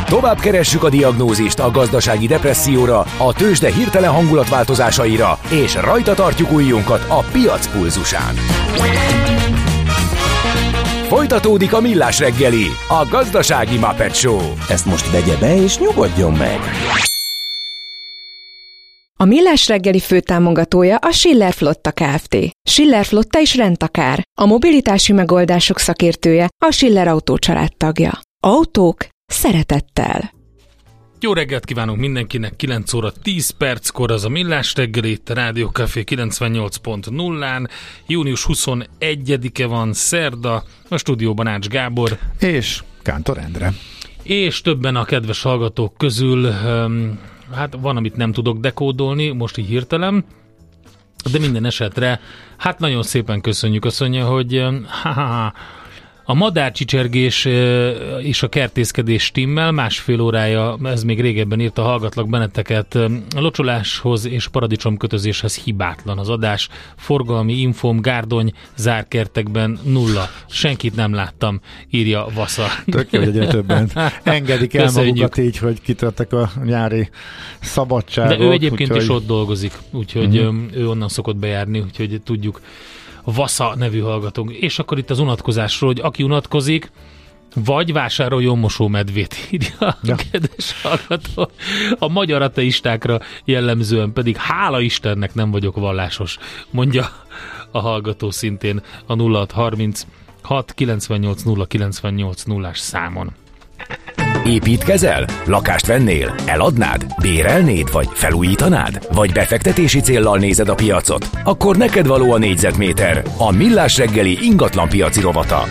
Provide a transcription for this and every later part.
Tovább keressük a diagnózist a gazdasági depresszióra, a tőzsde hirtelen hangulatváltozásaira, és rajta tartjuk ujjunkat a piac pulzusán. Folytatódik a Millás reggeli, a gazdasági Muppet Show. Ezt most vegye be és nyugodjon meg! A Millás reggeli főtámogatója a Schiller Flotta Kft. Schiller Flotta és Rendtakár. A mobilitási megoldások szakértője, a Schiller Autó család tagja. Autók szeretettel. Jó reggelt kívánunk mindenkinek, 9 óra 10 perckor az a Millás reggeli, itt a Rádió Café 98.0-án. Június 21-e van, szerda, a stúdióban Ács Gábor. És Kántor Endre. És többen a kedves hallgatók közül, hát van, amit nem tudok dekódolni, most így hirtelen, de minden esetre, hát nagyon szépen köszönjük, azt mondja, hogy a madárcsicsergés és a kertészkedés stimmel, másfél órája, ez még régebben írta, hallgatlak benneteket, locsoláshoz és paradicsomkötözéshez hibátlan az adás, forgalmi infóm Gárdony zárkertekben 0. Senkit nem láttam, írja Vasza. Tök jó, hogy egyre többen engedik el magukat így, hogy kitörtek a nyári szabadságot. De ő egyébként is ott dolgozik, úgyhogy ő onnan szokott bejárni, úgyhogy tudjuk. Vasza nevű hallgatónk. És akkor itt az unatkozásról, hogy aki unatkozik, vagy vásároljon mosómedvét, írja a kedves hallgató. A magyar ateistákra jellemzően pedig hála Istennek nem vagyok vallásos, mondja a hallgató szintén a 0630 698 098 0-ás számon. Építkezel? Lakást vennél? Eladnád? Bérelnéd? Vagy felújítanád? Vagy befektetési céllal nézed a piacot? Akkor neked való a négyzetméter, a Millás reggeli ingatlanpiaci rovata.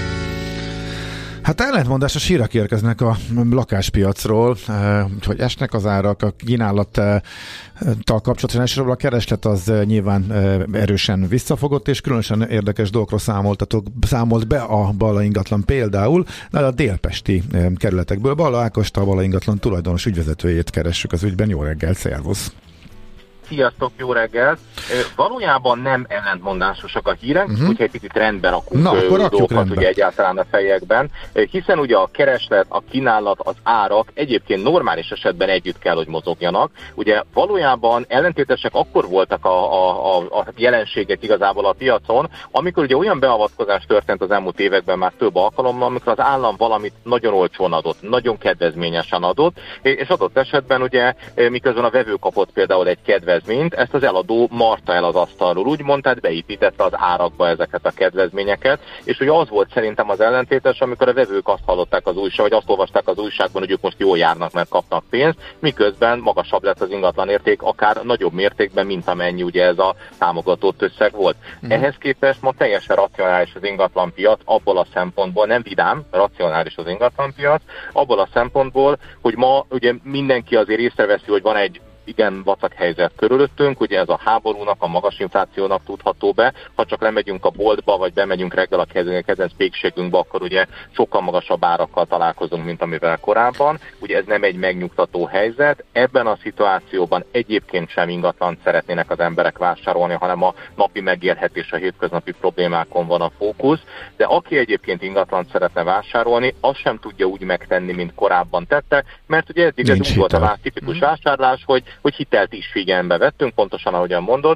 Hát ellentmondásos hírek érkeznek a lakáspiacról, hogy esnek az árak, a kínálattal kapcsolatban elsősorban a kereslet az nyilván erősen visszafogott, és különösen érdekes dolgokról számolt be a Balla ingatlan például, de a délpesti kerületekből. Balla Ákost, a Balla ingatlan tulajdonos ügyvezetőjét keressük az ügyben. Jó reggel, szervusz! Sziasztok, jó reggelt! Valójában nem ellentmondásosak a hírek, úgyhogy egy picit rendben rakunk dolgokat ugye egyáltalán a fejekben, hiszen ugye a kereslet, a kínálat, az árak egyébként normális esetben együtt kell, hogy mozogjanak. Ugye valójában ellentétesek akkor voltak a jelenségek igazából a piacon, amikor ugye olyan beavatkozás történt az elmúlt években már több alkalommal, amikor az állam valamit nagyon olcsón adott, nagyon kedvezményesen adott, és adott esetben ugye miközben a vevő kapott például egy kedvezményt, ezt az eladó marta el az asztalról, úgymond, tehát beépítette az árakba ezeket a kedvezményeket, és ugye az volt szerintem az ellentétes, amikor a vevők azt hallották az újságban, vagy azt olvasták az újságban, hogy ők most jól járnak, mert kapnak pénzt, miközben magasabb lett az ingatlanérték, akár nagyobb mértékben, mint amennyi ugye ez a támogatott összeg volt. Ehhez képest ma teljesen racionális az ingatlanpiac, abból a szempontból, nem vidám, racionális az ingatlanpiac, abból a szempontból, hogy ma ugye mindenki azért észreveszi, hogy van egy igen vacak helyzet körülöttünk, ugye ez a háborúnak, a magas inflációnak tudható be, ha csak lemegyünk a boltba, vagy bemegyünk reggel a kedvenc pékségünkbe, akkor ugye sokkal magasabb árakkal találkozunk, mint amivel korábban. Ugye ez nem egy megnyugtató helyzet, ebben a szituációban egyébként sem ingatlant szeretnének az emberek vásárolni, hanem a napi megélhetés, a hétköznapi problémákon van a fókusz, de aki egyébként ingatlant szeretne vásárolni, azt sem tudja úgy megtenni, mint korábban tette, mert ugye eddig ez úgy volt a tipikus vásárlás, hogy hitelt is figyelembe vettünk, pontosan ahogyan mondod,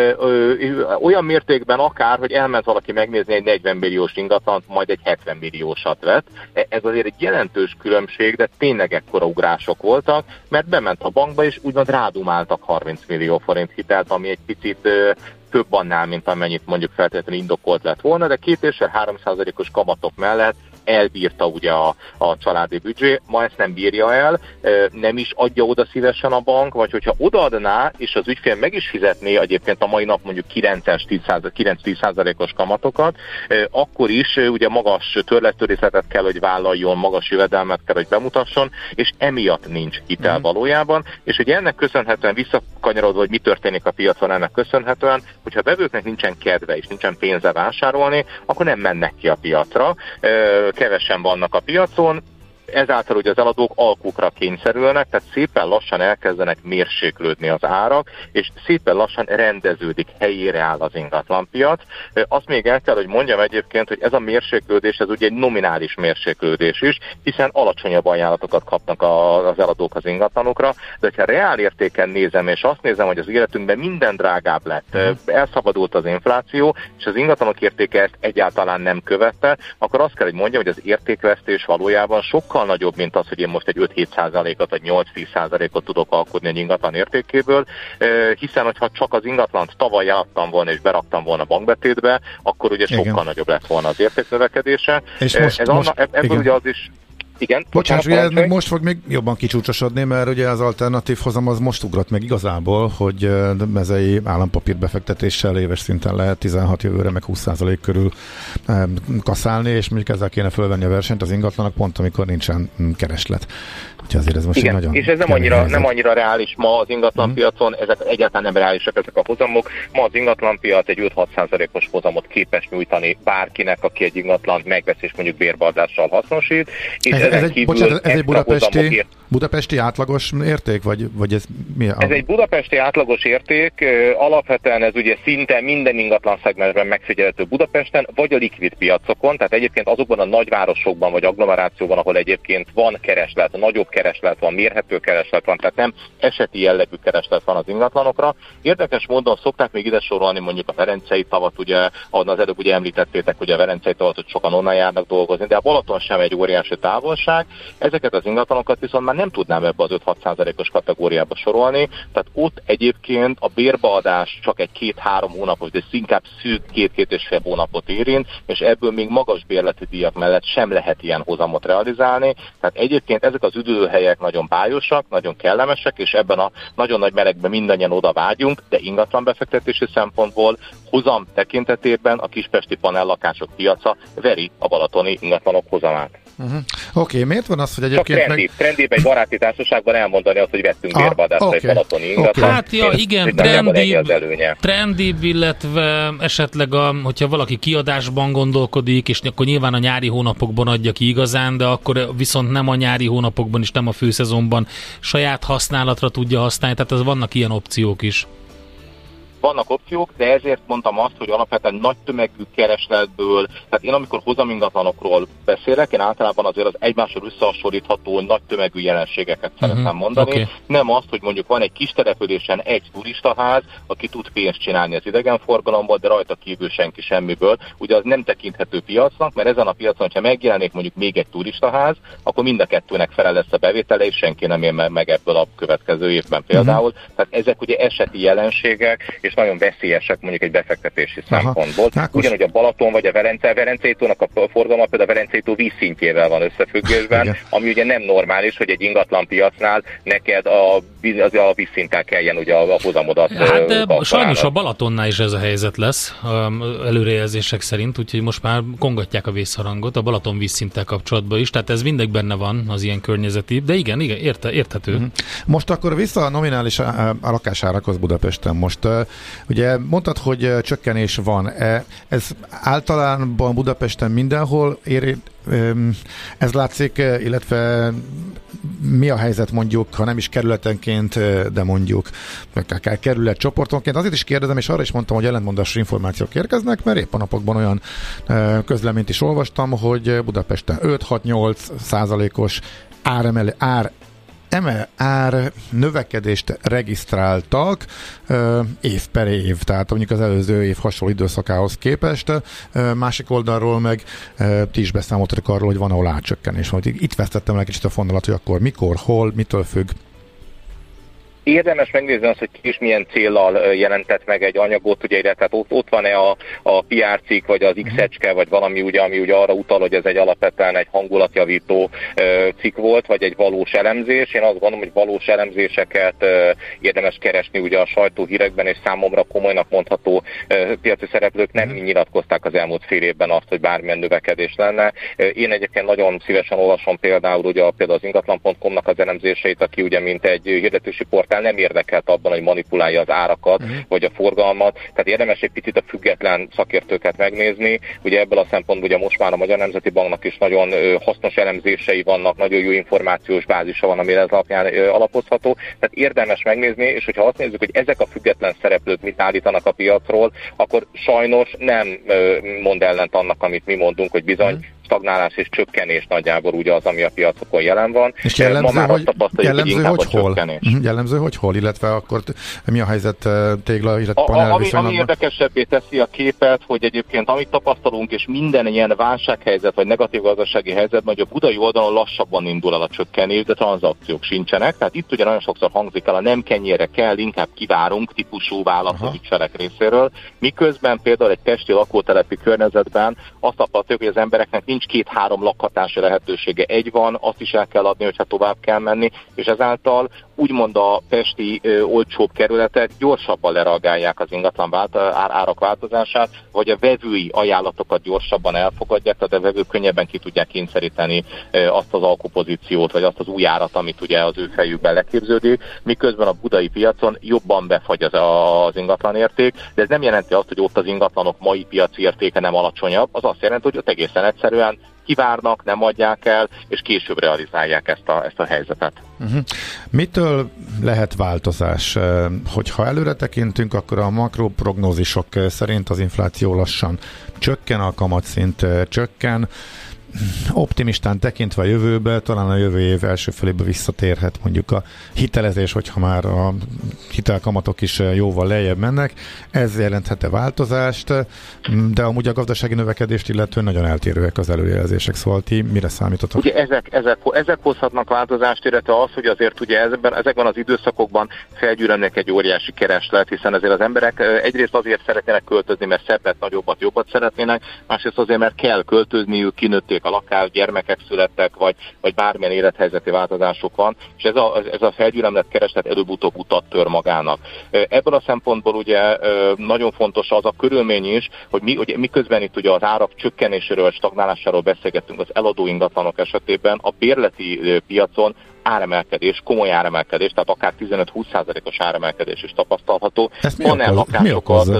olyan mértékben akár, hogy elment valaki megnézni egy 40 milliós ingatlant, majd egy 70 milliósat vett. Ez azért egy jelentős különbség, de tényleg ekkora ugrások voltak, mert bement a bankba, és úgymond rádumáltak 30 millió forint hitelt, ami egy picit több annál, mint amennyit mondjuk feltétlenül indokolt lett volna, de 2,5-3%-os kamatok mellett elbírta ugye a családi büdzsé, ma ezt nem bírja el, nem is adja oda szívesen a bank, vagy hogyha odaadná, és az ügyfél meg is fizetné egyébként a mai nap mondjuk 9-10%-os kamatokat, akkor is ugye magas törlettörészletet kell, hogy vállaljon, magas jövedelmet kell, hogy bemutasson, és emiatt nincs hitel valójában, és ugye ennek köszönhetően visszakanyarodva, hogy mi történik a piacon ennek köszönhetően, hogyha a vevőknek nincsen kedve és nincsen pénze vásárolni, akkor nem mennek ki a piacra, kevesen vannak a piacon, ezáltal ugye az eladók alkukra kényszerülnek, tehát szépen lassan elkezdenek mérséklődni az árak, és szépen lassan rendeződik, helyére áll az ingatlanpiac. Azt még el kell, hogy mondjam egyébként, hogy ez a mérséklődés, ez ugye egy nominális mérséklődés is, hiszen alacsonyabb ajánlatokat kapnak az eladók az ingatlanokra, de ha reál értéken nézem, és azt nézem, hogy az életünkben minden drágább lett, elszabadult az infláció, és az ingatlanok értéke ezt egyáltalán nem követte, akkor azt kell, hogy mondjam, hogy az értékvesztés valójában sokkal nagyobb, mint az, hogy én most egy 5-7%-ot vagy 8-10%-ot tudok alkotni egy ingatlan értékéből, hiszen hogyha csak az ingatlant tavaly adtam volna és beraktam volna bankbetétbe, akkor ugye sokkal nagyobb lett volna az értéknövekedése. És ebből ugye az is. Igen. Bocsánat, ugye ez még most fog még jobban kicsúcsosodni, mert ugye az alternatív hozam az most ugrott meg igazából, hogy mezei állampapír befektetéssel éves szinten lehet 16 jövőre meg 20% körül kaszálni, és mondjuk ezzel kéne fölvenni a versenyt az ingatlanak pont, amikor nincsen kereslet. Úgyhogy azért ez most igen, nagyon és ez nem annyira reális ma az ingatlanpiacon, ezek egyáltalán nem reálisak ezek a hozamok. Ma az ingatlanpiac egy 5-6%-os hozamot képes nyújtani bárkinek, aki egy ingatlant megvesz és mondjuk bérbeadással hasznosít. És ez egy budapesti átlagos érték, vagy ez mi? Ez egy budapesti átlagos érték, alapvetően ez ugye szinte minden ingatlan szegmensben megfigyelhető Budapesten, vagy a likvid piacokon, tehát egyébként azokban a nagyvárosokban, vagy agglomerációban, ahol egyébként van kereslet, nagyobb kereslet van, mérhető kereslet van, tehát nem eseti jellegű kereslet van az ingatlanokra. Érdekes módon szokták még ide sorolni mondjuk a Velencei tavat, ugye, ahol az előbb ugye említettétek, hogy a Velencei tavat, hogy sokan onnan járnak dolgozni, de a Balaton sem egy óriási távolság. Ezeket az ingatlanokat viszont már nem tudnám ebbe az 5-6%-os kategóriába sorolni, tehát ott egyébként a bérbeadás csak egy 2-3 hónapos, de inkább szűk 2-2,5 hónapot érint, és ebből még magas bérleti díjak mellett sem lehet ilyen hozamot realizálni. Tehát egyébként ezek az üdülőhelyek nagyon bájosak, nagyon kellemesek, és ebben a nagyon nagy melegben mindannyian oda vágyunk, de ingatlanbefektetési szempontból hozam tekintetében a kispesti panellakások piaca veri a balatoni ingatlanok hozamát. Oké, miért van az, hogy egyébként trendibb egy baráti társaságban elmondani azt, hogy vettünk bérbeadásra egy balatoni ingatlan. Hát ja, igen, trendibb, illetve esetleg, hogyha valaki kiadásban gondolkodik, és akkor nyilván a nyári hónapokban adja ki igazán, de akkor viszont nem a nyári hónapokban és nem a főszezonban saját használatra tudja használni, tehát vannak ilyen opciók is. Vannak opciók, de ezért mondtam azt, hogy alapvetően nagy tömegű keresletből, tehát én amikor hozamingatlanokról beszélek, én általában azért az egymással összehasonlítható nagy tömegű jelenségeket szeretném mondani. Okay. Nem azt, hogy mondjuk van egy kis településen egy turistaház, aki tud pénzt csinálni az idegenforgalomból, de rajta kívül senki semmiből. Ugye az nem tekinthető piacnak, mert ezen a piacon, ha megjelenik mondjuk még egy turistaház, akkor mind a kettőnek fel lesz a bevétele, és senki nem ér meg ebből a következő évben például. Tehát ezek ugye eseti jelenségek, és nagyon veszélyesek mondjuk egy befektetési szempontból. Ugyanúgy a Balaton vagy a Velencei tónak a forgalma például a Velencei tó vízszintjével van összefüggésben, ami ugye nem normális, hogy egy ingatlan piacnál neked a vízszinttel kelljen ugye a hozamodat. Hát de sajnos a Balatonnál is ez a helyzet lesz előrejelzések szerint, úgyhogy most már kongatják a vészharangot a Balaton vízszinttel kapcsolatban is, tehát ez mindig benne van az ilyen környezeti, de igen, érthető. Most akkor vissza a nominális lakásárakhoz Budapesten. Most ugye mondtad, hogy csökkenés van. Ez általában Budapesten mindenhol ez látszik, illetve mi a helyzet mondjuk, ha nem is kerületenként, de mondjuk akár kerületcsoportonként. Azért is kérdezem, és arra is mondtam, hogy ellentmondásos információk érkeznek, mert épp a napokban olyan közleményt is olvastam, hogy Budapesten 5-6-8%-os ár növekedést regisztráltak év per év, tehát mondjuk az előző év hasonló időszakához képest. Másik oldalról meg ti is beszámoltatok arról, hogy van, ahol árcsökkenés van. Itt vesztettem el kicsit a fonalat, hogy akkor mikor, hol, mitől függ. Érdemes megnézni azt, hogy ki is milyen céllal jelentett meg egy anyagot, ugye, tehát ott van-e a PR cikk, vagy az X-ecske, vagy valami, ugye, ami ugye arra utal, hogy ez egy alapvetően egy hangulatjavító cikk volt, vagy egy valós elemzés. Én azt gondolom, hogy valós elemzéseket érdemes keresni ugye a sajtóhírekben, és számomra komolynak mondható piaci szereplők nem nyilatkozták az elmúlt fél évben azt, hogy bármilyen növekedés lenne. Én egyébként nagyon szívesen olvasom például az ingatlan.com-nak az elemzéseit, aki ugye mint egy hirdetési portál hitel nem érdekelt abban, hogy manipulálja az árakat, vagy a forgalmat, tehát érdemes egy picit a független szakértőket megnézni. Ugye ebből a szempontból ugye most már a Magyar Nemzeti Banknak is nagyon hasznos elemzései vannak, nagyon jó információs bázisa van, amire ez alapján alapozható. Tehát érdemes megnézni, és hogyha azt nézzük, hogy ezek a független szereplők mit állítanak a piacról, akkor sajnos nem mond ellent annak, amit mi mondunk, hogy bizony stagnálás és csökkenés nagyjából ugye az, ami a piacokon jelen van. És jellemző, hogy hol, illetve akkor mi a helyzet tégla, illetve panel ami érdekesebbé teszi a képet, hogy egyébként amit tapasztalunk, és minden ilyen válsághelyzet, vagy negatív gazdasági helyzet, hogy a budai oldalon lassabban indul el a csökkenés, de tranzakciók sincsenek. Tehát itt ugye nagyon sokszor hangzik el a nem kenyérre kell, inkább kivárunk típusú válasz az ügyfelek részéről. Miközben például egy pesti lakótelepi környezetben azt tapasztaljuk, hogy az embereknek nincs 2-3 lakhatási lehetősége. Egy van, azt is el kell adni, hogyha tovább kell menni, és ezáltal úgymond a pesti olcsóbb kerületek gyorsabban lereagálják az ingatlan árak változását, vagy a vevői ajánlatokat gyorsabban elfogadják, tehát a vevők könnyebben ki tudják kényszeríteni azt az alkupozíciót, vagy azt az új árat, amit ugye az ő fejükben leképződik, miközben a budai piacon jobban befagy az ingatlanérték, de ez nem jelenti azt, hogy ott az ingatlanok mai piaci értéke nem alacsonyabb, az azt jelenti, hogy ott egészen egyszerűen kivárnak, nem adják el, és később realizálják ezt a helyzetet. Mitől lehet változás? Hogyha előre tekintünk, akkor a makroprognózisok szerint az infláció lassan csökken, a kamatszint csökken. Optimistán tekintve a jövőbe, talán a jövő év első felébe visszatérhet mondjuk a hitelezés, hogyha már a hitelkamatok is jóval lejjebb mennek. Ez jelenthet-e változást, de amúgy a gazdasági növekedést illetően nagyon eltérőek az előjelzések, szóval ti mire számítotok? Ugye ezek hozhatnak változást, illetve az, hogy azért ugye ezekben az időszakokban felgyűrömnek egy óriási kereslet, hiszen azért az emberek egyrészt azért szeretnének költözni, mert szebbet, nagyobbat, jobbat szeretnének, másrészt azért, mert kell költözniük, kinőtték a lakás, gyermekek születtek, vagy bármilyen élethelyzeti változások van, és ez a felgyűrömlett kereslet előbb-utóbb utat tör magának. Ebből a szempontból ugye nagyon fontos az a körülmény is, hogy miközben itt ugye az árak csökkenéséről, stagnálásáról beszélgettünk az eladó ingatlanok esetében, a bérleti piacon áremelkedés, komoly áremelkedés, tehát akár 15-20%-os áremelkedés is tapasztalható. Ezt mi okozza?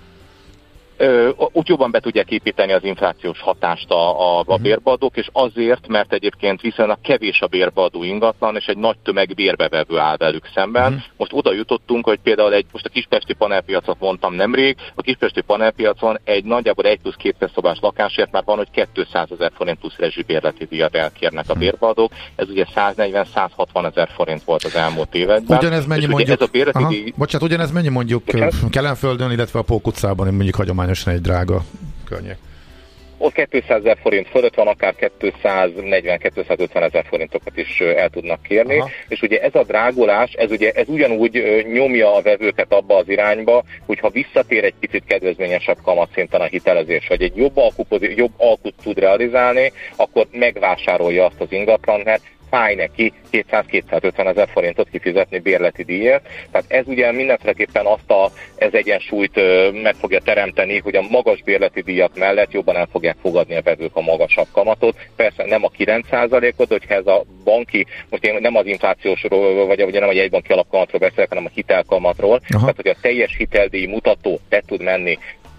Úgy jobban be tudják építeni az inflációs hatást a bérbeadók, és azért, mert egyébként viszonylag kevés a bérbeadó ingatlan, és egy nagy tömeg bérbevevő áll velük szemben. Most oda jutottunk, hogy például most a kispesti panelpiacot mondtam nemrég, a kispesti panelpiacon egy nagyjából 1 plusz 2 szobás lakásért már van, hogy 200 000 forint plusz rezsibérleti díjat elkérnek a bérbeadók. Ez ugye 140-160 000 forint volt az elmúlt években. Ugyanez mennyi mondjuk, ugyanez mennyi mondjuk Kelenföldön, illetve a Pók utcában, mondjuk hagyományosan egy drága környék? Ott 200 000 forint fölött van, akár 240-250 000 forintokat is el tudnak kérni. Aha. És ugye ez a drágulás, ez ugyanúgy nyomja a vevőket abba az irányba, hogyha visszatér egy picit kedvezményesebb kamatszinten a hitelezés, vagy egy jobb alkut tud realizálni, akkor megvásárolja azt az ingatlan, mert fáj neki 200-250 000 forintot kifizetni bérleti díjért. Tehát ez ugye mindenféleképpen ez egyensúlyt meg fogja teremteni, hogy a magas bérleti díjak mellett jobban el fogják fogadni a vevők a magasabb kamatot. Persze nem a 9%-ot, hogyha ez a banki, most én nem az inflációsról, vagy nem a jegybanki alapkamatról beszélek, hanem a hitelkamatról. Aha. Tehát, hogy a teljes hiteldíj mutató be tud menni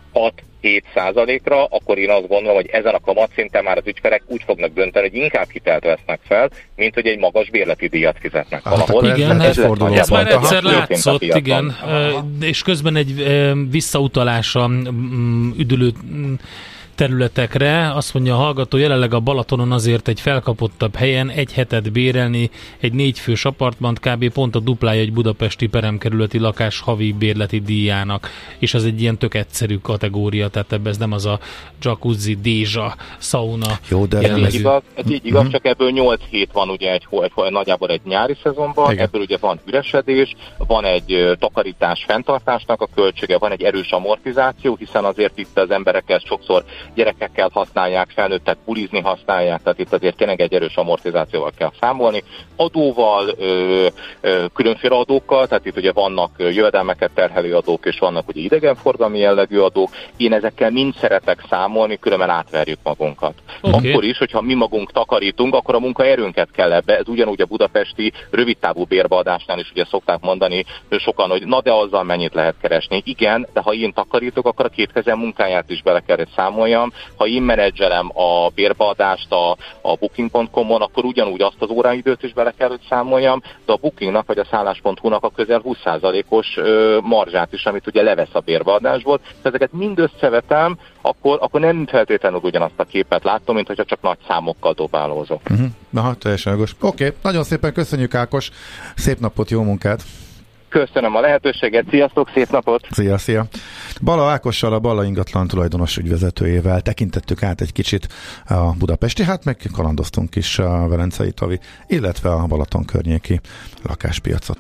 6-7%-ra, akkor én azt gondolom, hogy ezen a kamatszinten már az ügyfelek úgy fognak dönteni, hogy inkább hitelt vesznek fel, mint hogy egy magas bérleti díjat fizetnek valahol. Igen, ez már egyszer látszott, igen, és közben egy visszautalás a üdülő területekre. Azt mondja a hallgató, jelenleg a Balatonon azért egy felkapottabb helyen egy hetet bérelni egy 4 fős apartmant kb. Pont a duplája egy budapesti peremkerületi lakás havi bérleti díjának, és az egy ilyen tök egyszerű kategória, tehát ebben ez nem az a jacuzzi, dézsa, sauna. Jó, de ez így igaz, csak ebből 8 hét van ugye nagyjából egy nyári szezonban, igen. Ebből ugye van üresedés, van egy takarítás fenntartásnak a költsége, van egy erős amortizáció, hiszen azért itt az emberekkel sokszor gyerekekkel használják, felnőttek bulizni használják, tehát itt azért tényleg egy erős amortizációval kell számolni. Adóval, különféle adókkal, tehát itt ugye vannak jövedelmeket terhelő adók, és vannak ugye idegenforgalmi jellegű adók. Én ezekkel mind szeretek számolni, különben átverjük magunkat. Okay. Akkor is, hogyha mi magunk takarítunk, akkor a munkaerőnket kell ebbe. Ez ugyanúgy a budapesti rövidtávú bérbeadásnál is ugye szokták mondani sokan, hogy na de azzal mennyit lehet keresni. Igen, de ha én takarítok, akkor a két kezem munkáját is bele kell számoljam. Ha én menedzselem a bérbeadást a Booking.com-on, akkor ugyanúgy azt az óraidőt is bele kell, hogy számoljam, de a Bookingnak vagy a szállás.hu-nak a közel 20%-os marzsát is, amit ugye levesz a bérbeadásból. Ha ezeket mind összevetem, akkor nem feltétlenül ugyanazt a képet látom, mint hogyha csak nagy számokkal dobálózok. Aha, teljesen jogos. Oké, nagyon szépen köszönjük, Ákos, szép napot, jó munkát! Köszönöm a lehetőséget, sziasztok, szép napot! Szia! Balla Ákossal, a Balla ingatlan tulajdonos ügyvezetőjével tekintettük át egy kicsit a budapesti, meg kalandoztunk is a Velencei Tavi, illetve a Balaton környéki lakáspiacot.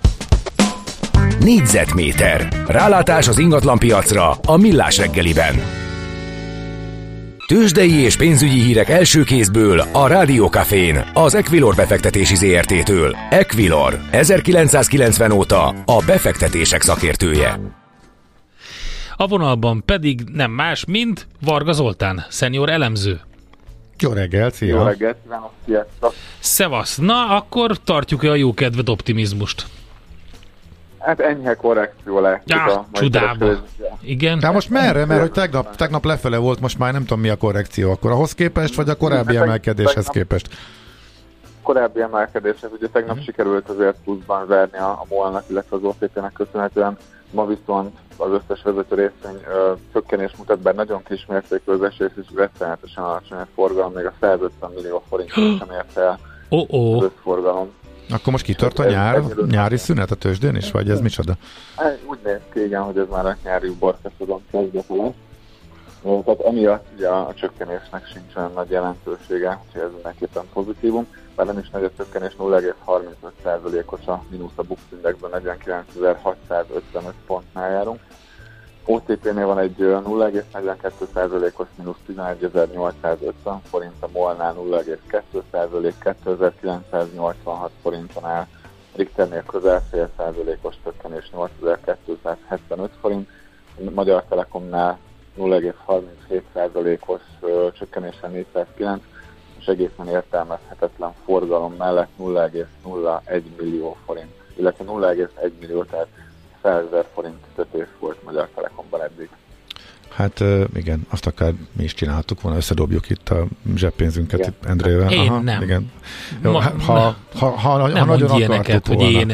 Négyzetméter. Rálátás az ingatlanpiacra a Millás reggeliben. Tőzsdei és pénzügyi hírek első kézből a Rádiókafén, az Equilor befektetési ZRT-től. Equilor, 1990 óta a befektetések szakértője. A vonalban pedig nem más, mint Varga Zoltán, szenior elemző. Jó reggelt, szia! Jó reggelt, sziasztok! Szevasz! Na, akkor tartjuk-e a jó kedved optimizmust? Hát enyhe korrekció látszik a csodába. Igen. De most merre? Mert hogy tegnap lefele volt, most már nem tudom mi a korrekció. Akkor ahhoz képest, vagy a korábbi emelkedéshez képest? Korábbi emelkedéshez, ugye tegnap sikerült azért pluszban zárni a MOL-nak, illetve az OTP-nek köszönhetően. Ma viszont az összes vezető részvény csökkenés mutat, bár nagyon kis mértékű az esés, és rettenetesen alacsony a forgalom, még a 150 millió forint sem ért el az összforgalom. Akkor most kitart a nyári szünet a tőzsdén is, vagy ez micsoda? Úgy néz ki, igen, hogy ez már a nyári uborkaszodon kezdete lesz. Tehát emiatt ugye a csökkenésnek sincs olyan nagy jelentősége, úgyhogy ez mindenképpen pozitívum. Bár nem is nagy a csökkenés, 0,35%-os a mínusz a Bux Indexben, 49.655 pontnál járunk. OTP-nél van egy 0,42%-os mínusz 11.850 forint, a MOL-nál 0,2%, 2.986 forinton áll, Richternél közel fél százalékos csökkenés 8.275 forint, a Magyar Telekomnál 0,37%-os csökkenésen 409, és egészen értelmezhetetlen forgalom mellett 0,01 millió forint, illetve 0,1 millió, tehát 100 000 forint kötés volt Magyar Telekomban eddig. Hát igen, azt akár mi is csináltuk volna, összedobjuk itt a zseppénzünket igen. Itt Endrével. Én nem. Igen. Jó, ha nem nagyon akartuk volna. Hogy én.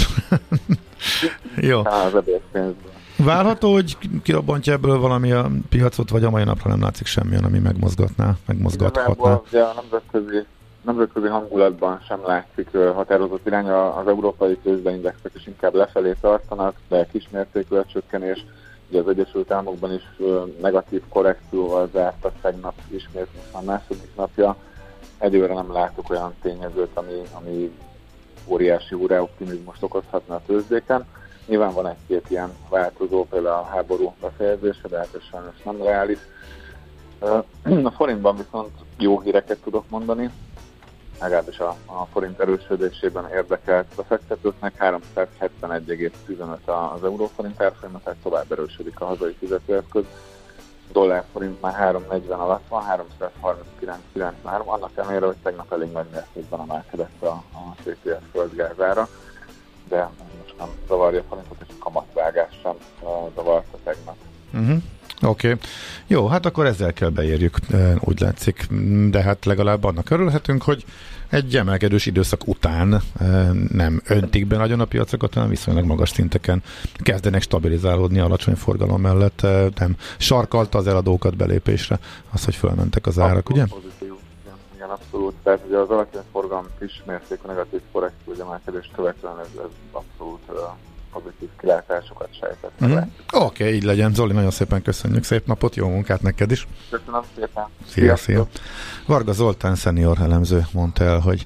Jó. Várható, hogy kirobbantja ebből valami a piacot, vagy a mai napra nem látszik semmilyen, ami megmozgathatná? Ugye a nemzetközi hangulatban sem látszik határozott irány, az európai tőzsdeindexek is inkább lefelé tartanak, de kismértékű a csökkenés. Ugye az Egyesült Államokban is negatív korrekcióval zártak tegnap ismét, most a második napja. Egyőre nem látok olyan tényezőt, ami óriási optimizmust okozhatna a tőzsdéken. Nyilván van egy-két ilyen változó, például a háború befejezése, de hát ez sajnos nem reális. A forintban viszont jó híreket tudok mondani, legalábbis a forint erősödésében érdekelt befektetőknek, 371,15 az euróforint árfolyama, tehát tovább erősödik a hazai fizetőeszköz. Dollár-forint már 3,40 alatt van, 339,93, annak ellenére, hogy tegnap elég nagy mértékben emelkedett a TTF földgázára, de most nem zavarja a forintot, és a kamatvágás sem zavarta tegnap. Oké. Jó, hát akkor ezzel kell beérjük, úgy látszik, de hát legalább annak örülhetünk, hogy egy emelkedős időszak után nem öntik be nagyon a piacokat, hanem viszonylag magas szinteken kezdenek stabilizálódni alacsony forgalom mellett, nem sarkalta az eladókat belépésre, az, hogy fölmentek az árak, ugye? Pozitív. Igen, abszolút. Tehát ugye az alacsony forgalom kis mértékű negatív korrekció emelkedés követően ez abszolút pozitív kilátásokat sejtett. Oké, így legyen. Zoli, nagyon szépen köszönjük. Szép napot, jó munkát neked is. Köszönöm szépen. Szia. Varga Zoltán szenior elemző mondta el, hogy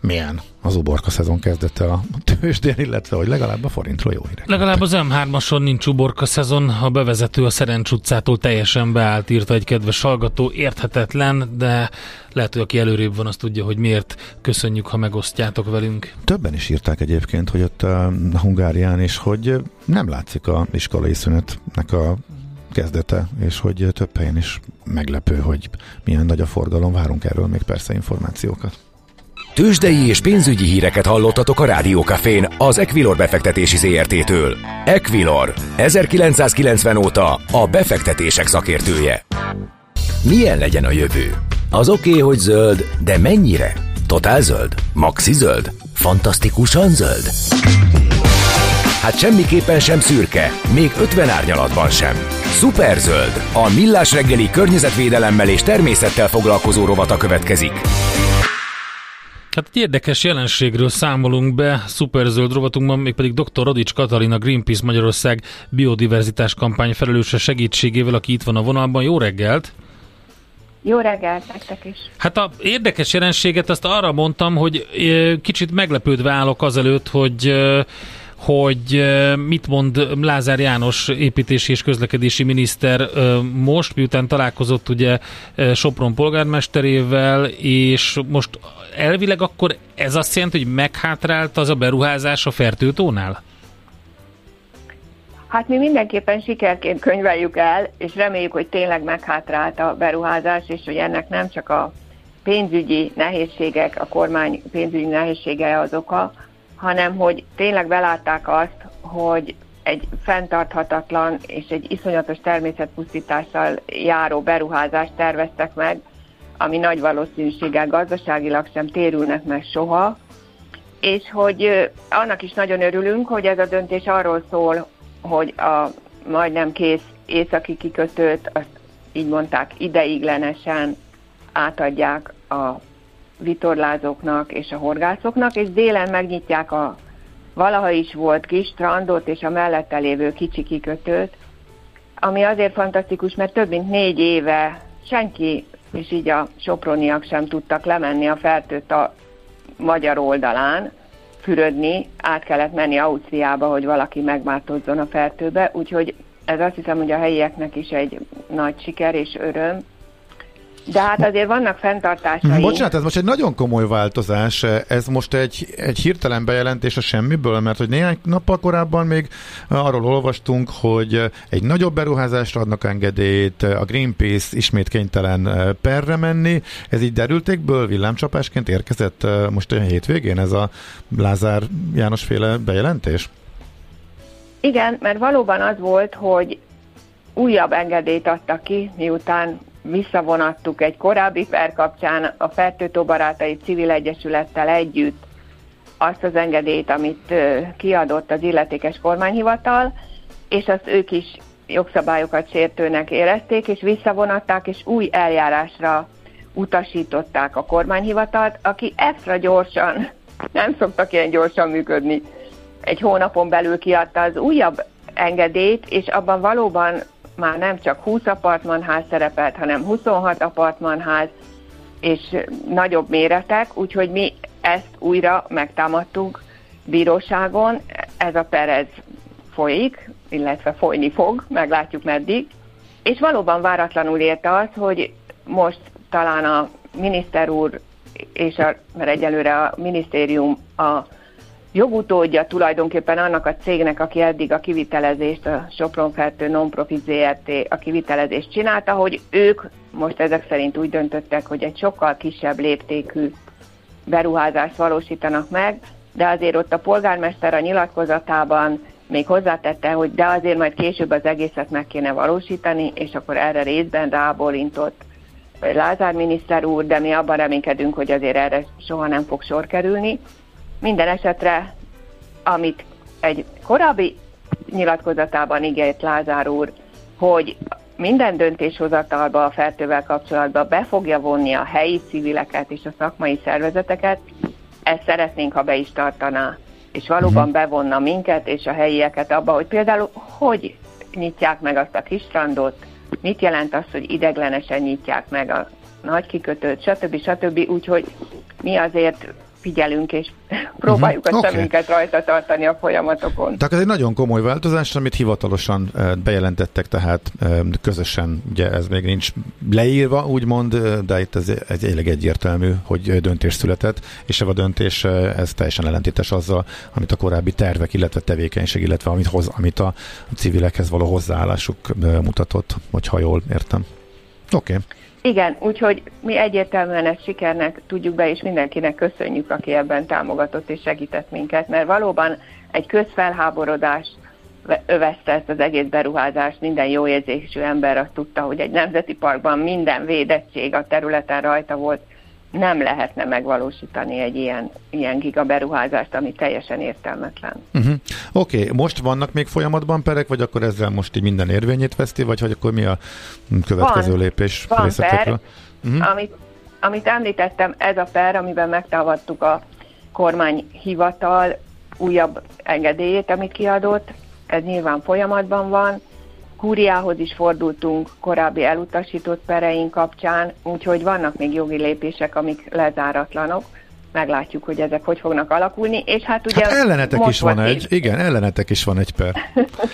Milyen az uborka szezon kezdete a tőzsdén, illetve hogy legalább a forintról jó hírek. Legalább az M3-ason nincs uborka szezon, a bevezető a Szerencs utcától teljesen beállt, írta egy kedves hallgató, érthetetlen, de lehet, hogy aki előrébb van, azt tudja, hogy miért. Köszönjük, ha megosztjátok velünk. Többen is írták egyébként, hogy ott a Hungárián is, hogy nem látszik a iskolai szünetnek a kezdete, és hogy több helyen is meglepő, hogy milyen nagy a forgalom. Várunk erről még persze információkat. Tőzsdei és pénzügyi híreket hallottatok a Rádió Cafén az Equilor befektetési ZRT-től. Equilor, 1990 óta a befektetések szakértője. Milyen legyen a jövő? Az oké, hogy zöld, de mennyire? Totál zöld? Maxi zöld? Fantasztikusan zöld? Hát semmiképpen sem szürke, még 50 árnyalatban sem. Szuperzöld, a Millás reggeli környezetvédelemmel és természettel foglalkozó rovata következik. Hát egy érdekes jelenségről számolunk be szuperzöld rovatunkban, mégpedig dr. Radics Katalin, a Greenpeace Magyarország biodiverzitás kampány felelőse segítségével, aki itt van a vonalban. Jó reggelt! Jó reggelt nektek is! Hát a érdekes jelenséget azt arra mondtam, hogy kicsit meglepődve állok azelőtt, hogy mit mond Lázár János építési és közlekedési miniszter most, miután találkozott ugye Sopron polgármesterével, és most elvileg akkor ez azt jelenti, hogy meghátrált az a beruházás a Fertőtónál? Hát mi mindenképpen sikerként könyveljük el, és reméljük, hogy tényleg meghátrált a beruházás, és hogy ennek nem csak a pénzügyi nehézségek, a kormány pénzügyi nehézsége az oka, hanem hogy tényleg belátták azt, hogy egy fenntarthatatlan és egy iszonyatos természetpusztítással járó beruházást terveztek meg, ami nagy valószínűséggel gazdaságilag sem térülnek meg soha, és hogy annak is nagyon örülünk, hogy ez a döntés arról szól, hogy a majdnem kész északi kikötőt, azt így mondták, ideiglenesen átadják a vitorlázóknak és a horgászoknak, és délen megnyitják a valaha is volt kis strandot és a mellette lévő kicsi kikötőt, ami azért fantasztikus, mert több mint 4 éve senki, és így a soproniak sem tudtak lemenni a Fertőt a magyar oldalán, fürödni, át kellett menni Ausztriába, hogy valaki megmártozzon a Fertőbe, úgyhogy ez azt hiszem, hogy a helyieknek is egy nagy siker és öröm. De hát azért vannak fenntartásai. Bocsánat, ez most egy nagyon komoly változás. Ez most egy hirtelen bejelentés a semmiből, mert hogy néhány nappal korábban még arról olvastunk, hogy egy nagyobb beruházásra adnak engedélyt, a Greenpeace ismét kénytelen perre menni. Ez így derültékből villámcsapásként érkezett most a hétvégén ez a Lázár János féle bejelentés? Igen, mert valóban az volt, hogy újabb engedélyt adtak ki, miután visszavonattuk egy korábbi per kapcsán a Fertőtó Barátai Civil Egyesülettel együtt azt az engedélyt, amit kiadott az illetékes kormányhivatal, és azt ők is jogszabályokat sértőnek érezték, és visszavonatták, és új eljárásra utasították a kormányhivatalt, aki extra gyorsan, nem szoktak ilyen gyorsan működni, egy hónapon belül kiadta az újabb engedélyt, és abban valóban már nem csak 20 apartmanház szerepelt, hanem 26 apartmanház és nagyobb méretek, úgyhogy mi ezt újra megtámadtuk bíróságon. Ez a per ez folyik, illetve folyni fog, meglátjuk meddig. És valóban váratlanul érte az, hogy most talán a miniszter úr, mert egyelőre a minisztérium a jogutódja tulajdonképpen annak a cégnek, aki eddig a kivitelezést, a Sopron-Fertő Non-Profit ZRT a kivitelezést csinálta, hogy ők most ezek szerint úgy döntöttek, hogy egy sokkal kisebb léptékű beruházást valósítanak meg, de azért ott a polgármester a nyilatkozatában még hozzátette, hogy de azért majd később az egészet meg kéne valósítani, és akkor erre részben rábólintott Lázár miniszter úr, de mi abban reménykedünk, hogy azért erre soha nem fog sor kerülni. Minden esetre, amit egy korábbi nyilatkozatában ígért Lázár úr, hogy minden döntéshozatalba a Fertővel kapcsolatban be fogja vonni a helyi civileket és a szakmai szervezeteket, ezt szeretnénk, ha be is tartaná, és valóban bevonna minket és a helyieket abba, hogy például hogy nyitják meg azt a kis strandot, mit jelent az, hogy ideglenesen nyitják meg a nagy kikötőt, stb. Úgyhogy mi azért figyelünk, és próbáljuk a szemünket rajta tartani a folyamatokon. Tehát ez egy nagyon komoly változás, amit hivatalosan bejelentettek, tehát közösen, ugye ez még nincs leírva, úgymond, de itt ez elég egyértelmű, hogy döntés született, és a döntés ez teljesen ellentétes azzal, amit a korábbi tervek, illetve tevékenység, illetve amit a civilekhez való hozzáállásuk mutatott, hogyha jól értem. Oké. Igen, úgyhogy mi egyértelműen ezt sikernek tudjuk be, és mindenkinek köszönjük, aki ebben támogatott és segített minket, mert valóban egy közfelháborodás övezte ezt az egész beruházást, minden jó érzésű ember azt tudta, hogy egy nemzeti parkban minden védettség a területen rajta volt, nem lehetne megvalósítani egy ilyen gigaberuházást, ami teljesen értelmetlen. Oké, most vannak még folyamatban perek, vagy akkor ezzel most így minden érvényét veszti, vagy hogy akkor mi a következő lépés részletekről? Amit említettem, ez a per, amiben megtámadtuk a kormányhivatal újabb engedélyét, amit kiadott, ez nyilván folyamatban van. Kúriához is fordultunk korábbi elutasított pereink kapcsán, úgyhogy vannak még jogi lépések, amik lezáratlanok. Meglátjuk, hogy ezek hogy fognak alakulni, és hát ugye... Hát ellenetek is van egy per.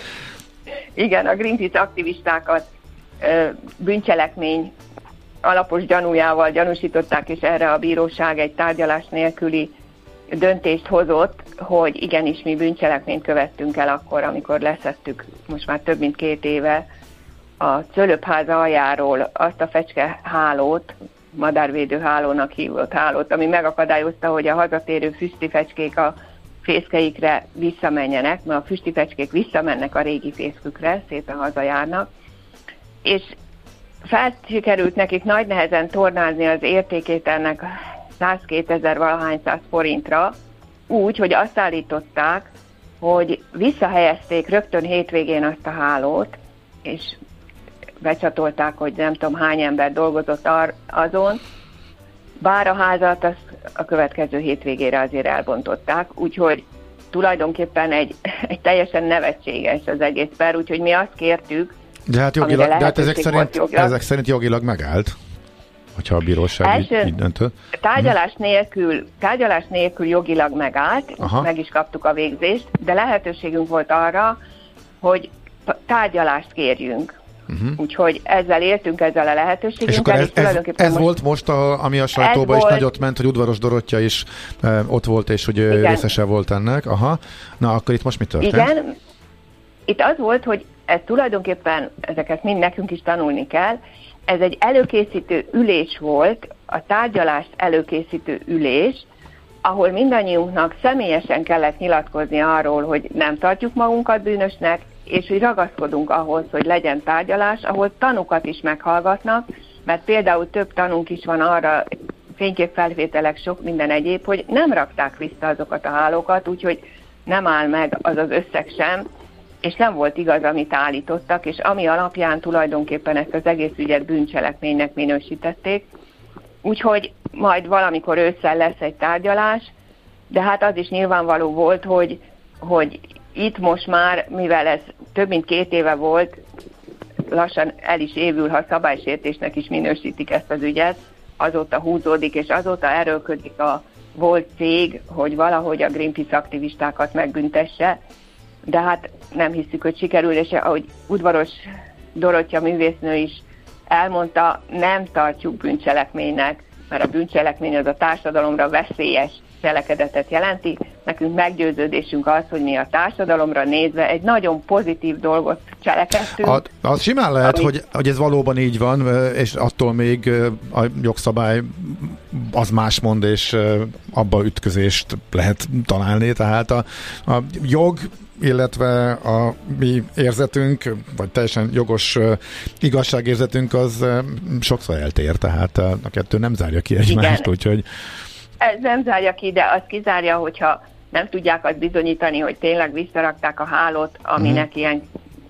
Igen, a Greenpeace aktivistákat bűncselekmény alapos gyanújával gyanúsították, és erre a bíróság egy tárgyalás nélküli döntést hozott, hogy igenis mi bűncselekményt követtünk el akkor, amikor leszettük most már több mint 2 éve a Cölöpház aljáról azt a fecskehálót, madárvédő hálónak hívott hálót, ami megakadályozta, hogy a hazatérő füstifecskék a fészkeikre visszamenjenek, mert a füstifecskék visszamennek a régi fészkükre, szépen hazajárnak, és sikerült nekik nagy nehezen tornázni az értékét ennek 102 000 valahány száz forintra, úgy, hogy azt állították, hogy visszahelyezték rögtön hétvégén azt a hálót, és becsatolták, hogy nem tudom hány ember dolgozott azon, bár a házat azt a következő hétvégére azért elbontották, úgyhogy tulajdonképpen egy teljesen nevetséges az egész per, úgyhogy mi azt kértük, de hát ezek szerint jogilag megállt, hogyha a bíróság így döntött. Tárgyalás nélkül jogilag megállt, meg is kaptuk a végzést, de lehetőségünk volt arra, hogy tárgyalást kérjünk. Úgyhogy ezzel éltünk, ezzel a lehetőségünkkel. És akkor ez volt most, ami a sajtóban is nagyot ment, hogy Udvaros Dorottya is ott volt, és hogy részese volt ennek. Na, akkor itt most mi történt? Igen, itt az volt, hogy ez tulajdonképpen, ezeket mind nekünk is tanulni kell, ez egy előkészítő ülés volt, a tárgyalást előkészítő ülés, ahol mindannyiunknak személyesen kellett nyilatkozni arról, hogy nem tartjuk magunkat bűnösnek, és hogy ragaszkodunk ahhoz, hogy legyen tárgyalás, ahol tanúkat is meghallgatnak, mert például több tanúnk is van arra, fényképfelvételek, sok minden egyéb, hogy nem rakták vissza azokat a hálókat, úgyhogy nem áll meg az az összeg sem, és nem volt igaz, amit állítottak, és ami alapján tulajdonképpen ezt az egész ügyet bűncselekménynek minősítették. Úgyhogy majd valamikor ősszel lesz egy tárgyalás, de hát az is nyilvánvaló volt, hogy itt most már, mivel ez több mint 2 éve volt, lassan el is évül, ha szabálysértésnek is minősítik ezt az ügyet, azóta húzódik, és azóta erőlködik a volt cég, hogy valahogy a Greenpeace aktivistákat megbüntesse, de hát nem hiszük, hogy sikerül, és ahogy Udvaros Dorottya művésznő is elmondta, nem tartjuk bűncselekménynek, mert a bűncselekmény az a társadalomra veszélyes cselekedetet jelenti. Nekünk meggyőződésünk az, hogy mi a társadalomra nézve egy nagyon pozitív dolgot cselekedtünk. Az simán lehet, hogy ez valóban így van, és attól még a jogszabály az más mond, és abba ütközést lehet találni. Tehát a jog, illetve a mi érzetünk, vagy teljesen jogos igazságérzetünk az sokszor eltér, tehát a kettő nem zárja ki egymást, úgyhogy... Ez nem zárja ki, de az kizárja, hogyha nem tudják azt bizonyítani, hogy tényleg visszarakták a hálót, aminek ilyen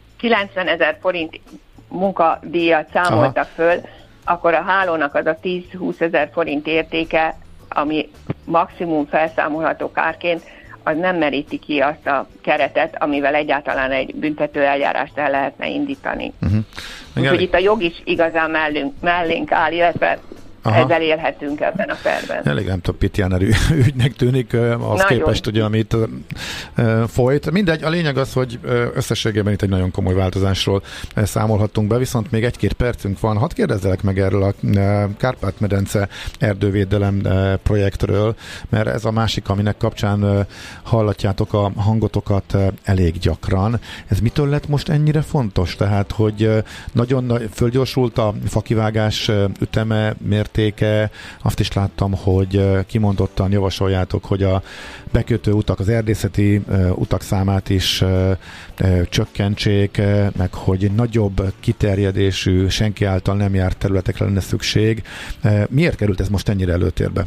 90 000 forint munkadíjat számoltak föl, akkor a hálónak az a 10-20 000 forint értéke, ami maximum felszámolható kárként, az nem meríti ki azt a keretet, amivel egyáltalán egy büntető eljárást el lehetne indítani. Úgyhogy itt a jog is igazán mellénk áll, illetve ezzel élhetünk ebben a perben. Elég nem tudom, Pitjáner ügynek tűnik, az képest ugye, amit folyt. Mindegy, a lényeg az, hogy összességében itt egy nagyon komoly változásról számolhatunk be, viszont még 1-2 percünk van. Hadd kérdezzelek meg erről a Kárpát-medence erdővédelem projektről, mert ez a másik, aminek kapcsán hallatjátok a hangotokat elég gyakran. Ez mitől lett most ennyire fontos? Tehát, hogy nagyon fölgyorsult a fakivágás üteme, mértéke. Azt is láttam, hogy kimondottan javasoljátok, hogy a bekötő utak, az erdészeti utak számát is csökkentsék, meg hogy nagyobb kiterjedésű, senki által nem járt területekre lenne szükség. Miért került ez most ennyire előtérbe?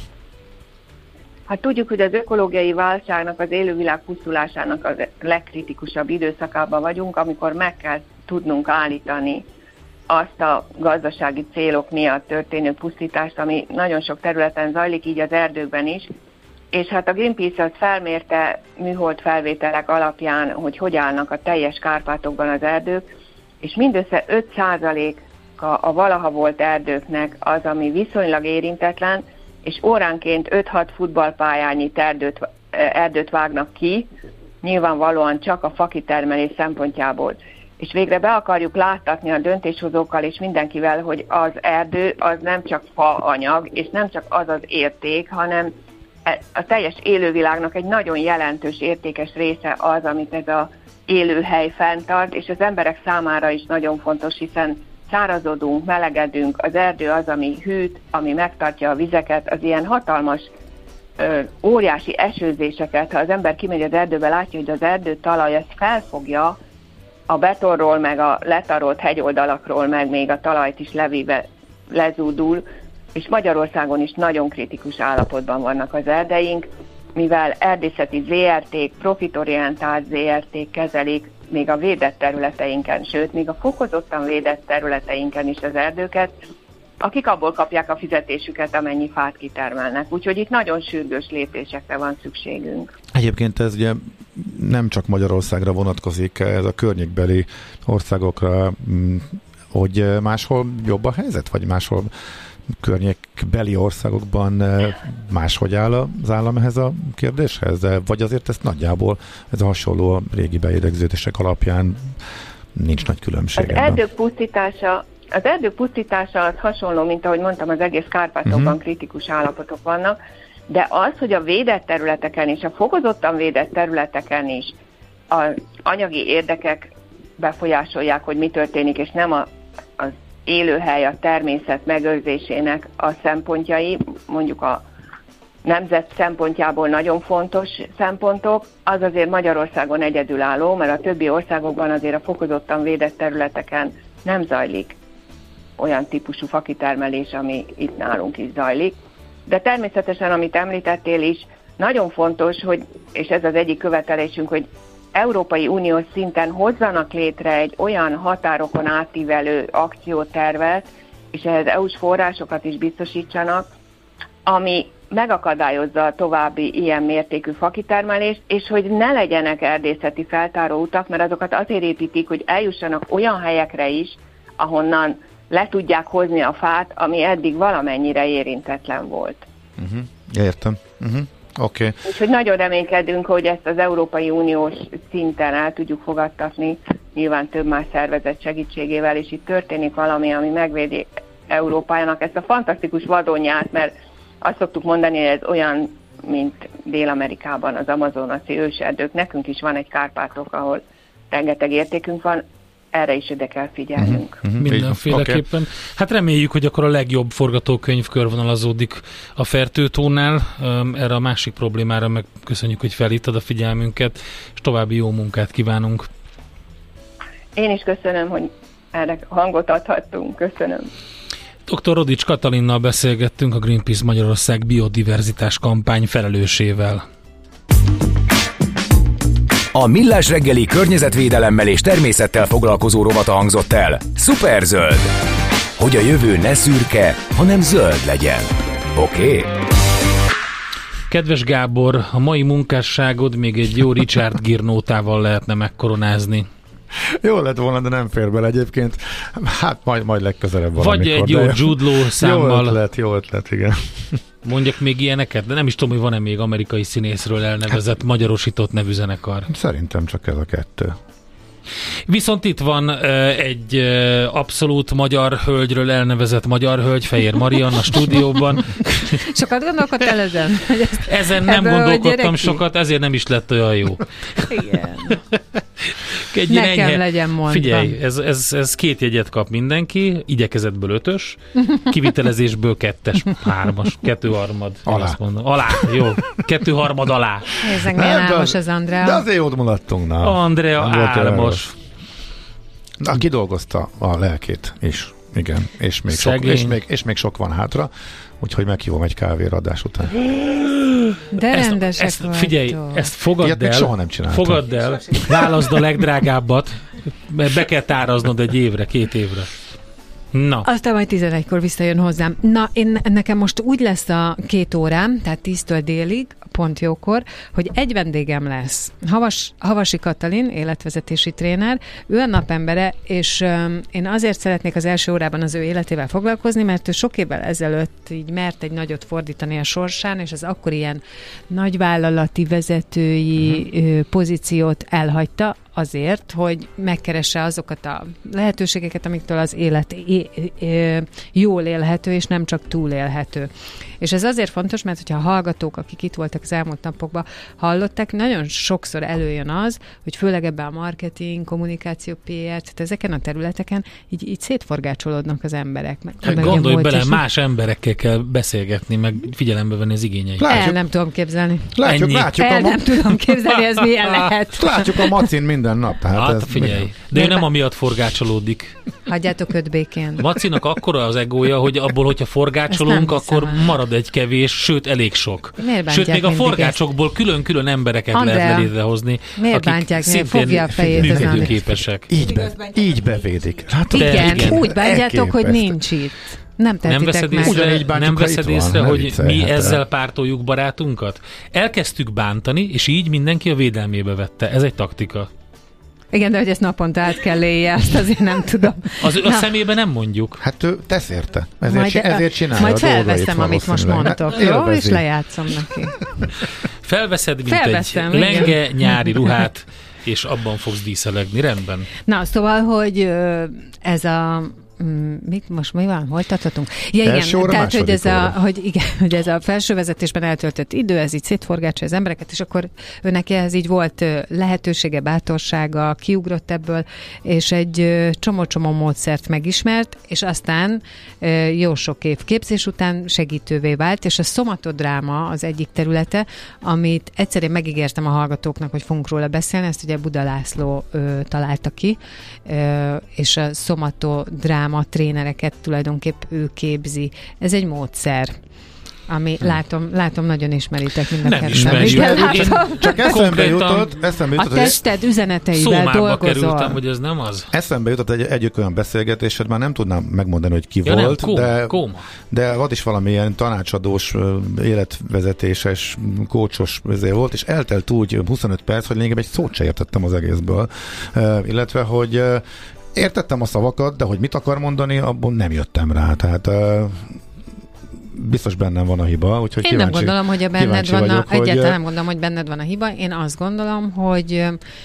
Hát tudjuk, hogy az ökológiai válságnak, az élővilág pusztulásának a legkritikusabb időszakában vagyunk, amikor meg kell tudnunk állítani azt a gazdasági célok miatt történő pusztítást, ami nagyon sok területen zajlik, így az erdőkben is. És hát a Greenpeace az felmérte műhold felvételek alapján, hogy állnak a teljes Kárpátokban az erdők, és mindössze 5%-a a valaha volt erdőknek az, ami viszonylag érintetlen, és óránként 5-6 futballpályányi erdőt vágnak ki, nyilvánvalóan csak a fakitermelés szempontjából. És végre be akarjuk láttatni a döntéshozókkal és mindenkivel, hogy az erdő az nem csak faanyag, és nem csak az az érték, hanem a teljes élővilágnak egy nagyon jelentős, értékes része az, amit ez az élőhely fenntart, és az emberek számára is nagyon fontos, hiszen szárazodunk, melegedünk, az erdő az, ami hűt, ami megtartja a vizeket, az ilyen hatalmas, óriási esőzéseket, ha az ember kimegy az erdőbe, látja, hogy az erdőtalaj ezt felfogja, a betonról, meg a letarolt hegyoldalakról, meg még a talajt is levéve lezúdul, és Magyarországon is nagyon kritikus állapotban vannak az erdeink, mivel erdészeti ZRT-k, profitorientált ZRT-k kezelik még a védett területeinken, sőt, még a fokozottan védett területeinken is az erdőket, akik abból kapják a fizetésüket, amennyi fát kitermelnek. Úgyhogy itt nagyon sürgős lépésekre van szükségünk. Egyébként ez ugye nem csak Magyarországra vonatkozik, ez a környékbeli országokra, hogy máshol jobb a helyzet, vagy máshol környékbeli országokban máshogy áll az állam ehhez a kérdéshez? Vagy azért ezt nagyjából, ez a hasonló a régi beidegződések alapján nincs nagy különbség ebben? Az erdők pusztítása az hasonló, mint ahogy mondtam, az egész Kárpátokban kritikus állapotok vannak, de az, hogy a védett területeken és a fokozottan védett területeken is az anyagi érdekek befolyásolják, hogy mi történik, és nem az élőhely, a természet megőrzésének a szempontjai, mondjuk a nemzet szempontjából nagyon fontos szempontok, az azért Magyarországon egyedülálló, mert a többi országokban azért a fokozottan védett területeken nem zajlik olyan típusú fakitermelés, ami itt nálunk is zajlik. De természetesen, amit említettél is, nagyon fontos, hogy, és ez az egyik követelésünk, hogy Európai Uniós szinten hozzanak létre egy olyan határokon átívelő akciótervet, és ehhez EU-s forrásokat is biztosítsanak, ami megakadályozza a további ilyen mértékű fakitermelést, és hogy ne legyenek erdészeti feltáró utak, mert azokat azért építik, hogy eljussanak olyan helyekre is, ahonnan le tudják hozni a fát, ami eddig valamennyire érintetlen volt. Értem. Okay. Úgyhogy nagyon reménykedünk, hogy ezt az Európai Uniós szinten el tudjuk fogadtatni, nyilván több más szervezet segítségével, és itt történik valami, ami megvédi Európának ezt a fantasztikus vadonját, mert azt szoktuk mondani, hogy ez olyan, mint Dél-Amerikában az amazonasi őserdők. Nekünk is van egy Kárpátok, ahol rengeteg értékünk van, erre is ide kell figyelnünk. Mindenféleképpen. Okay. Hát reméljük, hogy akkor a legjobb forgatókönyv körvonalazódik a Fertőtónál. Erre a másik problémára meg köszönjük, hogy felhívtad a figyelmünket, és további jó munkát kívánunk. Én is köszönöm, hogy erre hangot adhattunk. Köszönöm. Dr. Rodics Katalinnal beszélgettünk, a Greenpeace Magyarország biodiverzitás kampány felelősével. A Millás reggeli környezetvédelemmel és természettel foglalkozó rovata hangzott el. Szuperzöld! Hogy a jövő ne szürke, hanem zöld legyen. Oké? Kedves Gábor, a mai munkásságod még egy jó Richard Gere nótával lehetne megkoronázni. Jó lett volna, de nem fér bele egyébként. Hát majd legközelebb valamikor. Vagy egy jó Jude Law számmal. Jó ötlet, igen. Mondjak még ilyeneket, de nem is tudom, hogy van-e még amerikai színészről elnevezett, magyarosított nevű zenekar. Szerintem csak ez a kettő. Viszont itt van egy abszolút magyar hölgyről elnevezett magyar hölgy, Fejér Marianna a stúdióban. Sokat gondolkodtál ezen? Ezen nem gondolkodtam sokat, ezért nem is lett olyan jó. Igen. Nekem legyen mondva. Figyelj, ez 2 jegyet kap mindenki, igyekezetből 5-ös, kivitelezésből 2-es, 3-as, 2/3. Alá, jó. 2/3 alá. Nézzek, milyen álmos az Andrea. De azért jót mulattunk. Na. Andrea álmos. Na, kidolgozta a lelkét is. Igen, és még sok van hátra, úgyhogy meghívom egy kávéra adás után. De rendesek vagytok. Figyelj, ezt fogadd el, soha nem csináltam. Fogadd el, válaszd a legdrágábbat, mert be kell táraznod 1 évre, 2 évre. Na. Aztán majd 11-kor visszajön hozzám. Na, nekem most úgy lesz a 2 órám, tehát 10-től délig, pont jókor, hogy egy vendégem lesz. Havasi Katalin, életvezetési tréner, ő a napembere, és én azért szeretnék az első órában az ő életével foglalkozni, mert ő sok évvel ezelőtt így mert egy nagyot fordítani a sorsán, és az akkor ilyen nagyvállalati vezetői pozíciót elhagyta, azért, hogy megkeresse azokat a lehetőségeket, amiktől az élet jól élhető, és nem csak túlélhető. És ez azért fontos, mert hogyha a hallgatók, akik itt voltak az elmúlt napokban, hallották, nagyon sokszor előjön az, hogy főleg ebben a marketing, kommunikáció, PR, tehát ezeken a területeken így szétforgácsolódnak az emberek. Gondolj bele, más emberekkel kell beszélgetni, meg figyelembe venni az igényeit. El nem tudom képzelni. Látjuk nem tudom képzelni, ez milyen lehet. Látjuk a Macin minden nap. Hát figyelj, de ő nem amiatt forgácsolódik. Hagyjátok őt békén. Macinak akkora az egója, hogy abból, hogyha forgácsolunk, akkor marad egy kevés, sőt elég sok. Sőt, még a forgácsokból külön-külön embereket lehet létrehozni, akik szintén működőképesek. Így bevédik. Igen, úgy bántjátok, hogy nincs itt. Nem veszed észre, hogy mi ezzel pártoljuk barátunkat? Elkezdtük bántani, és így mindenki a védelmébe vette. Ez egy taktika. Igen, de hogy ezt naponta át kell élje, azt azért nem tudom. A szemébe nem mondjuk. Hát ő tesz érte. Ezért csinálja majd felveszem, amit most mondtok, jó? És lejátszom neki. Felveszed, mint egy lenge nyári ruhát, és abban fogsz díszelegni, rendben. Na, szóval, hogy ez a most mi van? Hol tartottunk? Ja, igen, tehát, hogy ez a felső vezetésben eltöltött idő, ez így szétforgácsolja az embereket, és akkor őnek ez így volt lehetősége, bátorsága, kiugrott ebből, és egy csomó módszert megismert, és aztán jó sok év képzés után segítővé vált, és a szomatodráma az egyik területe, amit egyszer én megígértem a hallgatóknak, hogy fogunk róla beszélni, ezt ugye Buda László találta ki, és a szomatodráma trénereket tulajdonképp ő képzi. Ez egy módszer, ami látom nagyon ismeritek mind a ketten. Csak eszembe jutott, a tested üzeneteivel dolgozol. Kerültem, hogy ez nem az. Eszembe jutott egy olyan beszélgetésed, már nem tudnám megmondani, hogy ki volt, de volt is valamilyen tanácsadós, életvezetéses, kócsos volt, és eltelt úgy 25 perc, hogy lényegében egy szót se értettem az egészből. Illetve, hogy értettem a szavakat, de hogy mit akar mondani, abban nem jöttem rá. Tehát biztos bennem van a hiba. Úgyhogy én nem gondolom, hogy benned van egyáltalán nem gondolom, hogy benned van a hiba. Én azt gondolom, hogy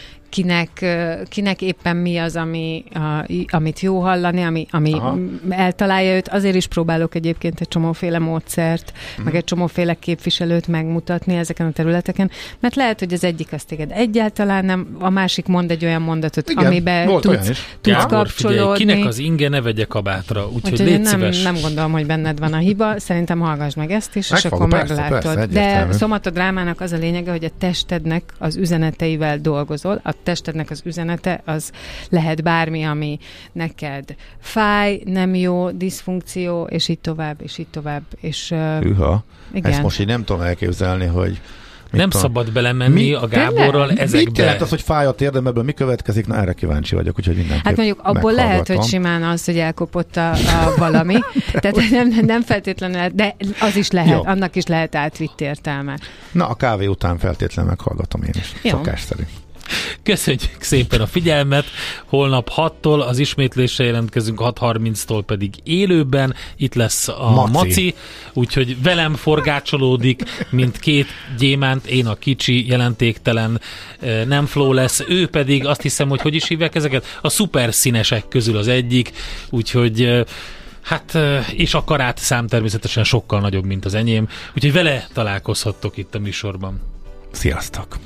kinek éppen mi az, amit jó hallani, ami eltalálja őt. Azért is próbálok egyébként egy csomóféle módszert, meg egy csomóféle képviselőt megmutatni ezeken a területeken, mert lehet, hogy az egyik az téged egyáltalán nem, a másik mond egy olyan mondatot, igen, amiben tudsz kapcsolódni. Kinek az inge ne vegye kabátra, úgyhogy légy szíves. Nem gondolom, hogy benned van a hiba, szerintem hallgass meg ezt is, és akkor meglátod. De szomatodrámának az a lényege, hogy a testednek az üzeneteivel dolgozol, a testednek az üzenete, az lehet bármi, ami neked fáj, nem jó, diszfunkció, és így tovább, és így tovább. És, igen. Ezt most így nem tudom elképzelni, hogy nem szabad belemenni a Gáborral ezekbe. Mit jelent az, hogy fáj a térdem, ebből mi következik? Na, erre kíváncsi vagyok, úgyhogy mindenképp hát mondjuk abból lehet, hogy simán az, hogy elkopott a valami. Tehát nem feltétlenül, de az is lehet, annak is lehet átvitt értelme. Na, a kávé után feltétlenül meghallgatom én is. Szokás szerint. Köszönjük szépen a figyelmet. Holnap 6-tól az ismétlésre jelentkezünk, 6:30-tól pedig élőben. Itt lesz a Maci, úgyhogy velem forgácsolódik, mint két gyémánt, én a kicsi, jelentéktelen, nem flow lesz, ő pedig azt hiszem, hogy is hívják ezeket? A szuperszínesek közül az egyik, úgyhogy hát, és a karát szám természetesen sokkal nagyobb, mint az enyém, úgyhogy vele találkozhattok itt a műsorban. Sziasztok!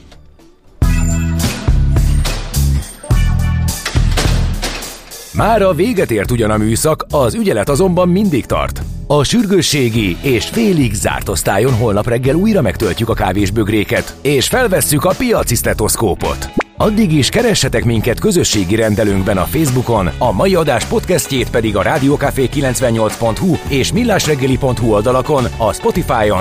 Mára véget ért ugyan a műszak, az ügyelet azonban mindig tart. A sürgősségi és félig zárt osztályon holnap reggel újra megtöltjük a kávésbögréket, és felvesszük a piaci sztetoszkópot. Addig is keressetek minket közösségi rendelőnkben a Facebookon, a mai adás podcastjét pedig a rádiókafé98.hu és millásreggeli.hu oldalakon, a Spotify-on